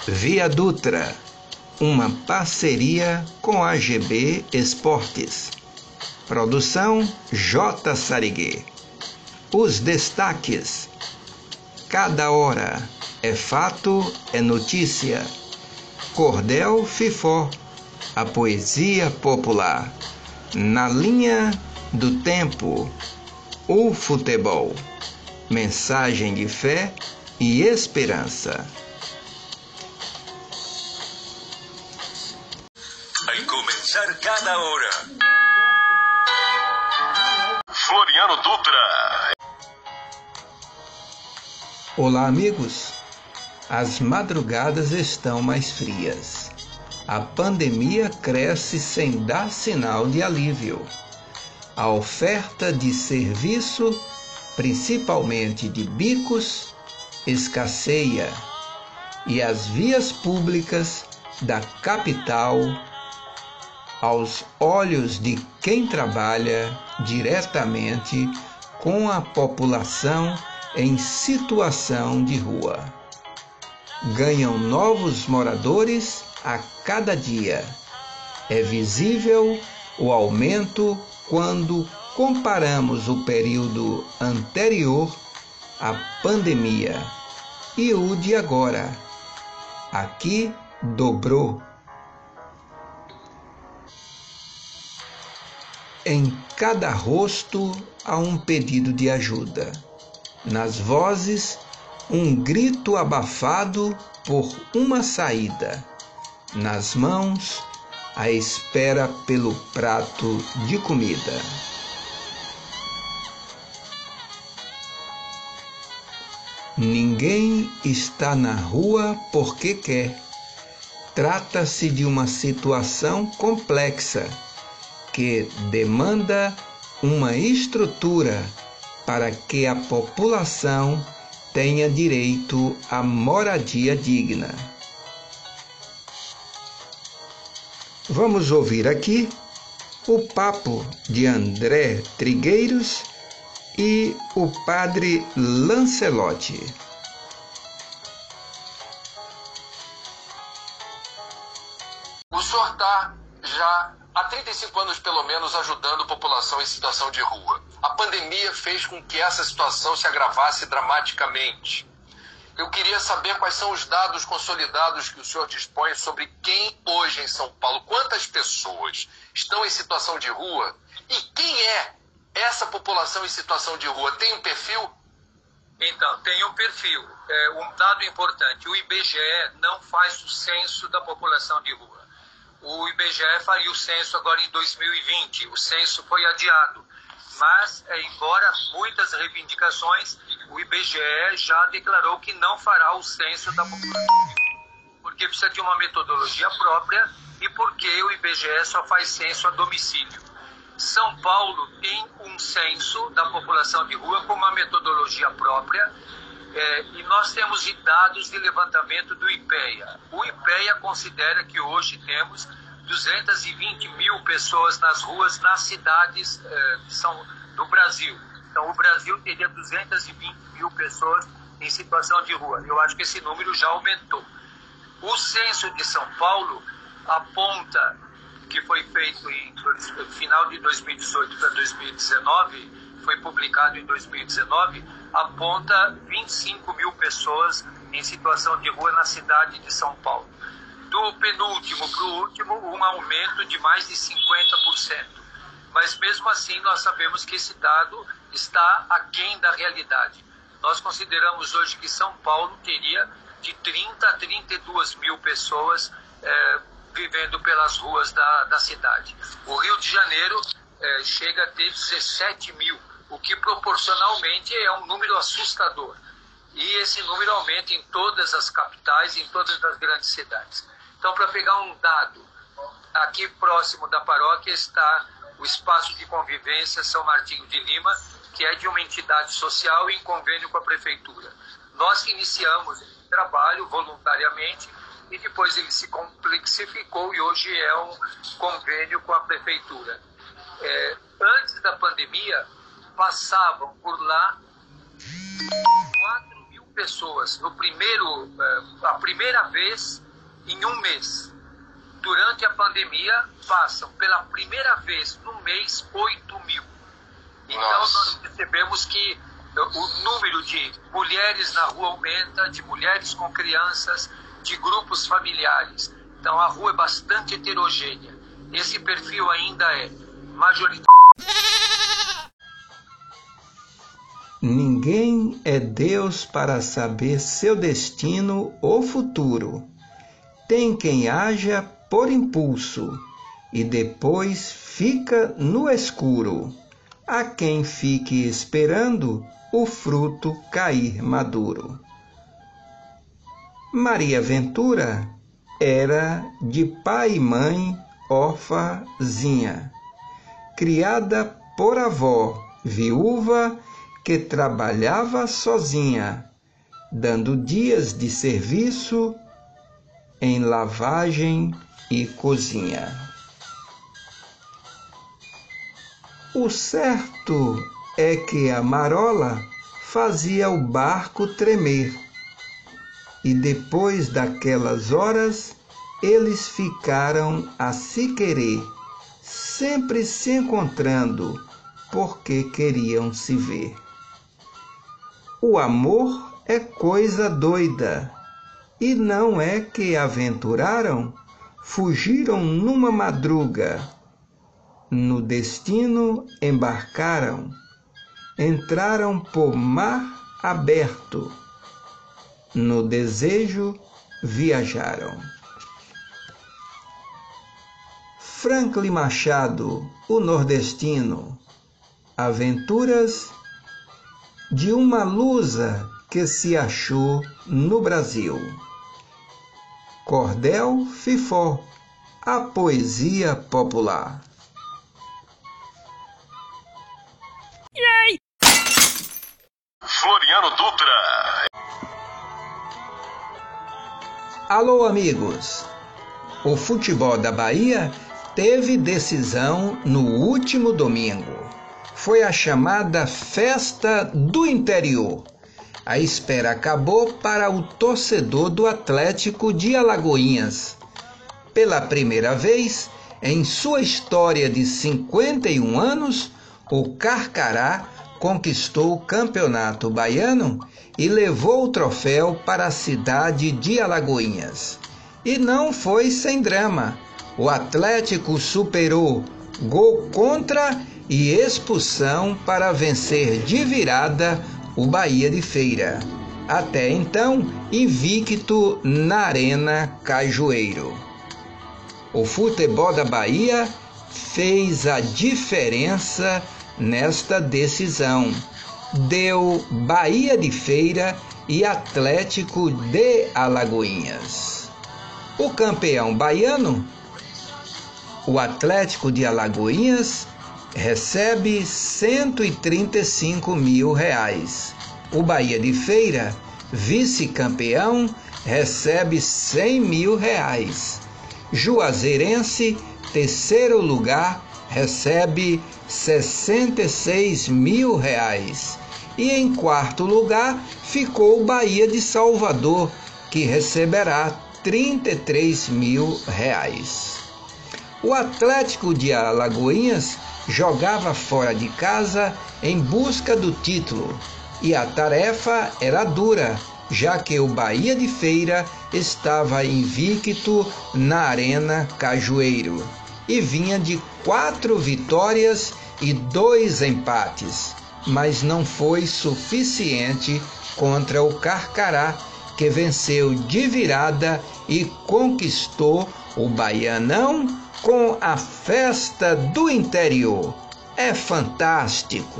Via Dutra, uma parceria com a GB Esportes. Produção J. Sariguê. Os destaques. Cada hora é fato, é notícia. Cordel Fifó, a poesia popular. Na linha do tempo, o futebol. Mensagem de fé e esperança. Vai começar cada hora. Floriano Dutra. Olá, amigos. As madrugadas estão mais frias. A pandemia cresce sem dar sinal de alívio. A oferta de serviço, principalmente de bicos, escasseia e as vias públicas da capital, aos olhos de quem trabalha diretamente com a população em situação de rua, ganham novos moradores a cada dia. É visível o aumento quando comparamos o período anterior à pandemia e o de agora. Aqui dobrou. Em cada rosto há um pedido de ajuda. Nas vozes, um grito abafado por uma saída. Nas mãos, a espera pelo prato de comida. Ninguém está na rua porque quer. Trata-se de uma situação complexa que demanda uma estrutura para que a população tenha direito à moradia digna. Vamos ouvir aqui o papo de André Trigueiros e o padre Lancelotti. O senhor está já há 35 anos, pelo menos, ajudando a população em situação de rua. A pandemia fez com que essa situação se agravasse dramaticamente. Eu queria saber quais são os dados consolidados que o senhor dispõe sobre quem hoje em São Paulo, quantas pessoas estão em situação de rua e quem é essa população em situação de rua. Tem um perfil? Então, tem um perfil. Um dado importante, o IBGE não faz o censo da população de rua. O IBGE faria o censo agora em 2020, o censo foi adiado. Mas, embora muitas reivindicações, o IBGE já declarou que não fará o censo da população, porque precisa de uma metodologia própria e porque o IBGE só faz censo a domicílio. São Paulo tem um censo da população de rua com uma metodologia própria e nós temos dados de levantamento do IPEA. O IPEA considera que hoje temos 220 mil pessoas nas ruas nas cidades do Brasil. Então, o Brasil teria 220 mil pessoas em situação de rua. Eu acho que esse número já aumentou. O censo de São Paulo aponta, que foi feito no final de 2018 para 2019, foi publicado em 2019, aponta 25 mil pessoas em situação de rua na cidade de São Paulo. Do penúltimo para o último, um aumento de mais de 50%. Mas mesmo assim, nós sabemos que esse dado está aquém da realidade. Nós consideramos hoje que São Paulo teria de 30 a 32 mil pessoas vivendo pelas ruas da cidade. O Rio de Janeiro chega a ter 17 mil, o que proporcionalmente é um número assustador. E esse número aumenta em todas as capitais, em todas as grandes cidades. Então, para pegar um dado, aqui próximo da paróquia está o Espaço de Convivência São Martinho de Lima, que é de uma entidade social em convênio com a Prefeitura. Nós iniciamos esse trabalho voluntariamente e depois ele se complexificou e hoje é um convênio com a Prefeitura. Antes da pandemia, passavam por lá 4 mil pessoas a primeira vez em um mês. Durante a pandemia, passam pela primeira vez no mês 8.000. Então, nós percebemos que o número de mulheres na rua aumenta, de mulheres com crianças, de grupos familiares. Então, a rua é bastante heterogênea. Esse perfil ainda é majoritário. Ninguém é Deus para saber seu destino ou futuro. Tem quem haja por impulso e depois fica no escuro. Há quem fique esperando o fruto cair maduro. Maria Ventura era de pai e mãe órfãzinha, criada por avó viúva que trabalhava sozinha, dando dias de serviço em lavagem e cozinha. O certo é que a marola fazia o barco tremer, e depois daquelas horas eles ficaram a se querer, sempre se encontrando, porque queriam se ver. O amor é coisa doida, e não é que aventuraram, fugiram numa madruga, no destino embarcaram, entraram por mar aberto, no desejo viajaram. Franklin Machado, o nordestino, aventuras de uma lusa que se achou no Brasil. Cordel Fifó, a poesia popular. Floriano Dutra. Alô, amigos! O futebol da Bahia teve decisão no último domingo. Foi a chamada Festa do Interior. A espera acabou para o torcedor do Atlético de Alagoinhas. Pela primeira vez em sua história de 51 anos, o Carcará conquistou o Campeonato Baiano e levou o troféu para a cidade de Alagoinhas. E não foi sem drama. O Atlético superou gol contra e expulsão para vencer de virada o Bahia de Feira, até então invicto na Arena Cajueiro. O futebol da Bahia fez a diferença nesta decisão. Deu Bahia de Feira e Atlético de Alagoinhas. O campeão baiano, o Atlético de Alagoinhas, recebe R$135 mil. O Bahia de Feira, vice-campeão, recebe R$100 mil. Juazeirense, terceiro lugar, recebe R$66 mil. E em quarto lugar ficou o Bahia de Salvador, que receberá R$33 mil. O Atlético de Alagoinhas jogava fora de casa em busca do título, e a tarefa era dura, já que o Bahia de Feira estava invicto na Arena Cajueiro e vinha de 4 vitórias e 2 empates, mas não foi suficiente contra o Carcará, que venceu de virada e conquistou o Baianão com a Festa do Interior. É fantástico!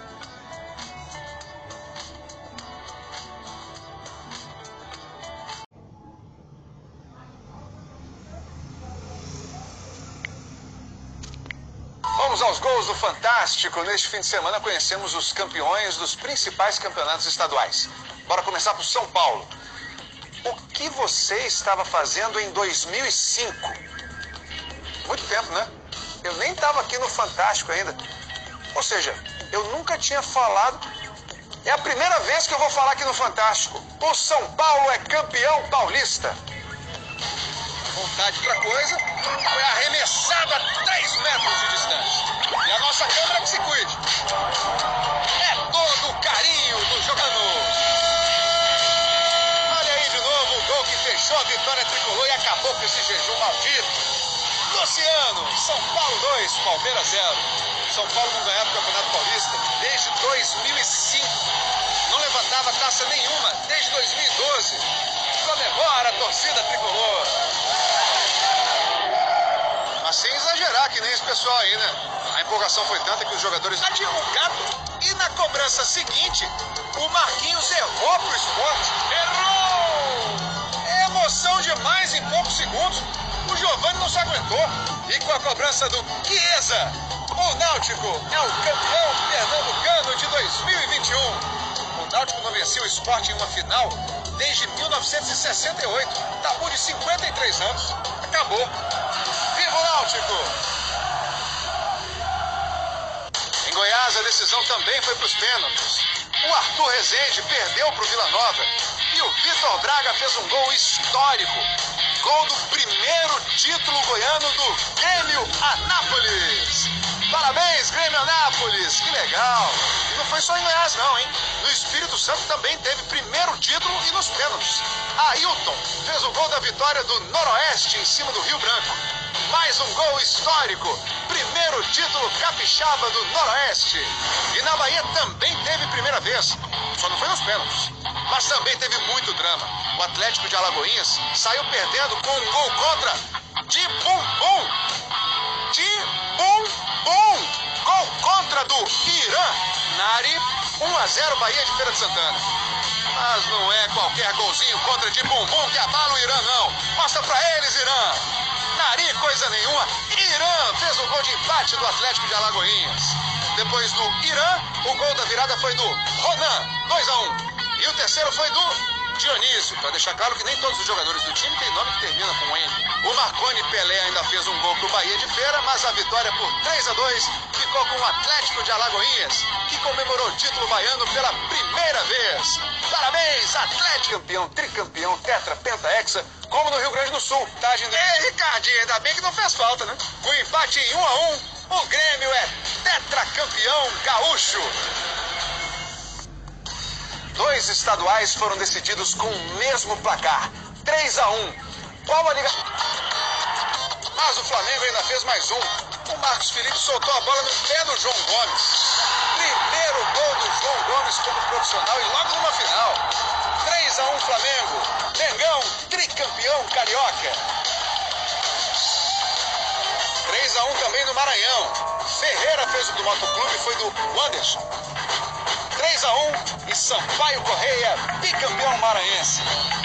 Vamos aos gols do Fantástico. Neste fim de semana conhecemos os campeões dos principais campeonatos estaduais. Bora começar por São Paulo. O que você estava fazendo em 2005? Muito tempo, né? Eu nem estava aqui no Fantástico ainda. Ou seja, eu nunca tinha falado É a primeira vez que eu vou falar aqui no Fantástico. O São Paulo é campeão paulista. Vontade pra coisa, foi arremessado a 3 metros de distância. E a nossa câmera que se cuide. É todo o carinho do jogador. Olha aí de novo o gol que fechou a vitória tricolor e acabou com esse jejum maldito. Luciano, São Paulo 2, Palmeiras 0. São Paulo não ganhava o Campeonato Paulista desde 2005. Não levantava taça nenhuma desde 2012. Comemora a torcida tricolor. Mas sem exagerar, que nem esse pessoal aí, né? A empolgação foi tanta que os jogadores... O gato. E na cobrança seguinte, o Marquinhos errou pro Sport. Errou! É emoção demais em poucos segundos. O Giovani não se aguentou. E com a cobrança do Chiesa, o Náutico é o campeão pernambucano de 2021. O Náutico não venceu o Sport em uma final desde 1968. Tabu de 53 anos. Acabou. Viva o Náutico! Em Goiás, a decisão também foi para os pênaltis. O Arthur Rezende perdeu para o Vila Nova e o Vitor Braga fez um gol histórico. Gol do primeiro título goiano do Grêmio Anápolis. Parabéns, Grêmio Anápolis, que legal. E não foi só em Goiás não, hein? No Espírito Santo também teve primeiro título e nos pênaltis. Ailton fez o gol da vitória do Noroeste em cima do Rio Branco. Mais um gol histórico. Primeiro título capixaba do Noroeste. E na Bahia também teve primeira vez. Só não foi nos pênaltis. Mas também teve muito drama. O Atlético de Alagoinhas saiu perdendo com um gol contra de bumbum. De bumbum. Gol contra do Irã. Nari, 1-0 Bahia de Feira de Santana. Mas não é qualquer golzinho contra de bumbum que abala o Irã, não. Mostra pra eles, Irã. Nari, coisa nenhuma. Irã fez o gol de empate do Atlético de Alagoinhas. Depois do Irã, o gol da virada foi do Ronan, 2-1. E o terceiro foi do Dionísio, para deixar claro que nem todos os jogadores do time têm nome que termina com N. O Marconi Pelé ainda fez um gol pro Bahia de Feira, mas a vitória por 3-2 ficou com o Atlético de Alagoinhas, que comemorou o título baiano pela primeira vez. Parabéns, Atlético! Campeão, tricampeão, tetra, penta, hexa, como no Rio Grande do Sul. Tá, gente? Ei, Ricardinho, ainda bem que não fez falta, né? Com empate em 1-1, o Grêmio é tetracampeão gaúcho. 2 estaduais foram decididos com o mesmo placar, 3-1. Qual a liga? Mas o Flamengo ainda fez mais um. O Marcos Felipe soltou a bola no pé do João Gomes. Primeiro gol do João Gomes como profissional e logo numa final. 3-1 Flamengo. Mengão, tricampeão carioca. 3-1 também no Maranhão. Ferreira fez o do Motoclube, foi do Anderson. 3-1 e Sampaio Correia, bicampeão maranhense.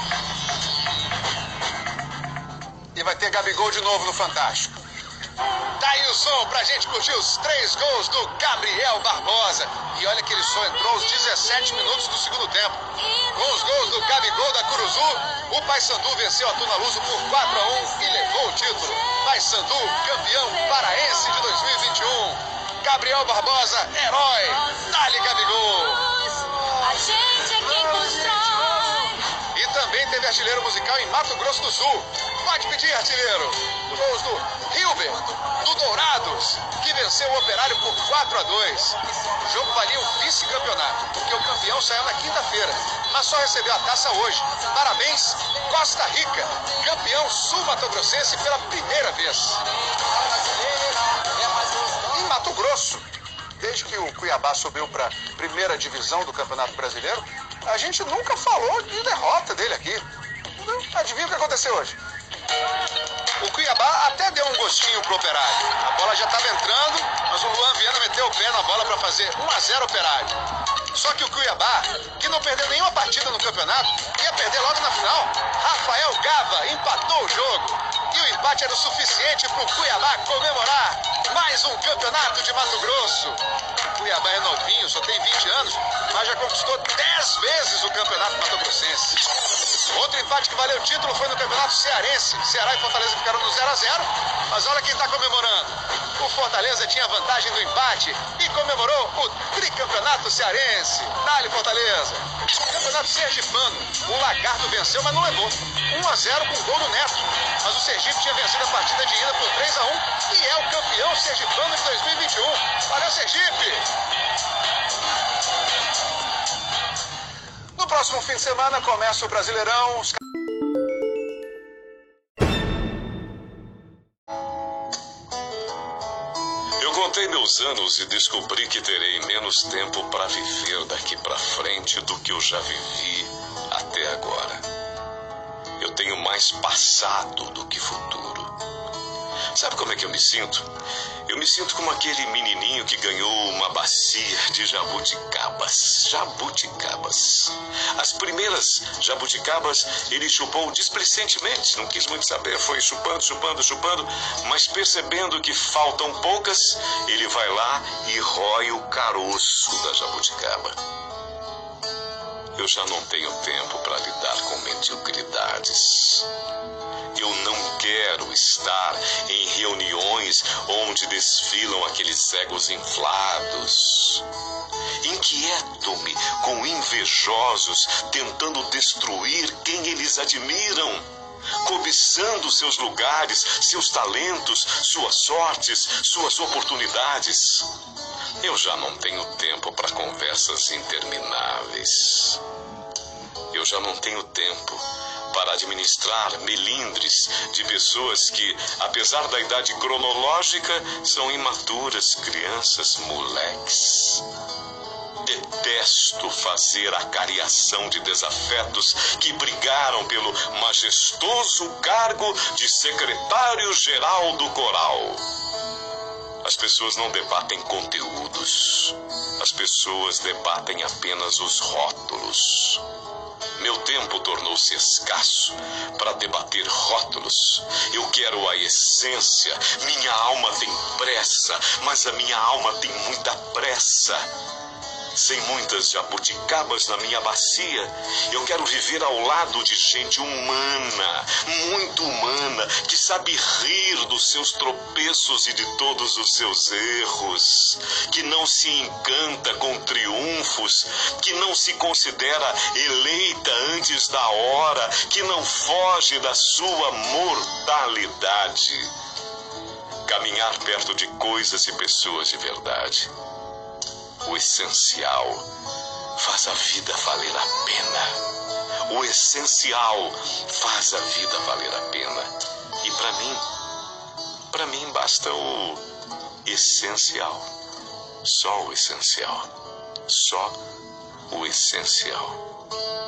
E vai ter Gabigol de novo no Fantástico. Tá aí o som pra gente curtir os 3 gols do Gabriel Barbosa. E olha que ele só entrou aos 17 minutos do segundo tempo. Com os gols do Gabigol da Curuzu, o Paysandu venceu a Tunaluso por 4-1 e levou o título. Paysandu, campeão paraense de 2021. Gabriel Barbosa, herói. Dale, Gabigol. A gente é quem constrói. E também teve artilheiro musical em Mato Grosso do Sul. Pode pedir, artilheiro. Gols do Hilbert, do Dourados, que venceu o Operário por 4-2. O jogo valia o vice-campeonato, porque o campeão saiu na quinta-feira, mas só recebeu a taça hoje. Parabéns, Costa Rica, campeão sul-matogrossense pela primeira vez. Em Mato Grosso, desde que o Cuiabá subiu para a primeira divisão do Campeonato Brasileiro, a gente nunca falou de derrota dele aqui. Adivinha o que aconteceu hoje? O Cuiabá até deu um gostinho pro Operário. A bola já estava entrando, mas o Luan Viana meteu o pé na bola para fazer 1-0 Operário. Só que o Cuiabá, que não perdeu nenhuma partida no campeonato, ia perder logo na final. Rafael Gava empatou o jogo. E o empate era o suficiente para o Cuiabá comemorar mais um campeonato de Mato Grosso. O Cuiabá é novinho, só tem 20 anos, mas já conquistou 10 vezes o campeonato mato-grossense. Outro empate que valeu o título foi no campeonato cearense. Ceará e Fortaleza ficaram no 0-0, mas olha quem está comemorando. O Fortaleza tinha vantagem do empate e comemorou o tricampeonato cearense. Dá-lhe, Fortaleza. Campeonato Sergipano. O Lagarto venceu, mas não levou. 1-0 com gol do Neto. Mas o Sergipe tinha vencido a partida de ida por 3-1 e é o campeão sergipano de 2021. Valeu, Sergipe! No próximo fim de semana começa o Brasileirão. Eu contei meus anos e descobri que terei menos tempo para viver daqui para frente do que eu já vivi até agora. Eu tenho mais passado do que futuro. Sabe como é que eu me sinto? Eu me sinto como aquele menininho que ganhou uma bacia de jabuticabas. Jabuticabas. As primeiras jabuticabas ele chupou displicentemente, não quis muito saber, foi chupando, mas percebendo que faltam poucas, ele vai lá e rói o caroço da jabuticaba. Eu já não tenho tempo para lidar com mediocridades. Eu não quero estar em reuniões onde desfilam aqueles egos inflados. Inquieto-me com invejosos tentando destruir quem eles admiram, cobiçando seus lugares, seus talentos, suas sortes, suas oportunidades. Eu já não tenho tempo para conversas intermináveis. Eu já não tenho tempo para administrar melindres de pessoas que, apesar da idade cronológica, são imaturas, crianças, moleques. Detesto fazer a cariação de desafetos que brigaram pelo majestoso cargo de secretário-geral do coral. As pessoas não debatem conteúdos. As pessoas debatem apenas os rótulos. Meu tempo tornou-se escasso para debater rótulos. Eu quero a essência. Minha alma tem pressa, mas a minha alma tem muita pressa. Sem muitas jabuticabas na minha bacia, eu quero viver ao lado de gente humana, muito humana, que sabe rir dos seus tropeços e de todos os seus erros, que não se encanta com triunfos, que não se considera eleita antes da hora, que não foge da sua mortalidade. Caminhar perto de coisas e pessoas de verdade. O essencial faz a vida valer a pena. O essencial faz a vida valer a pena. E para mim basta o essencial. Só o essencial. Só o essencial.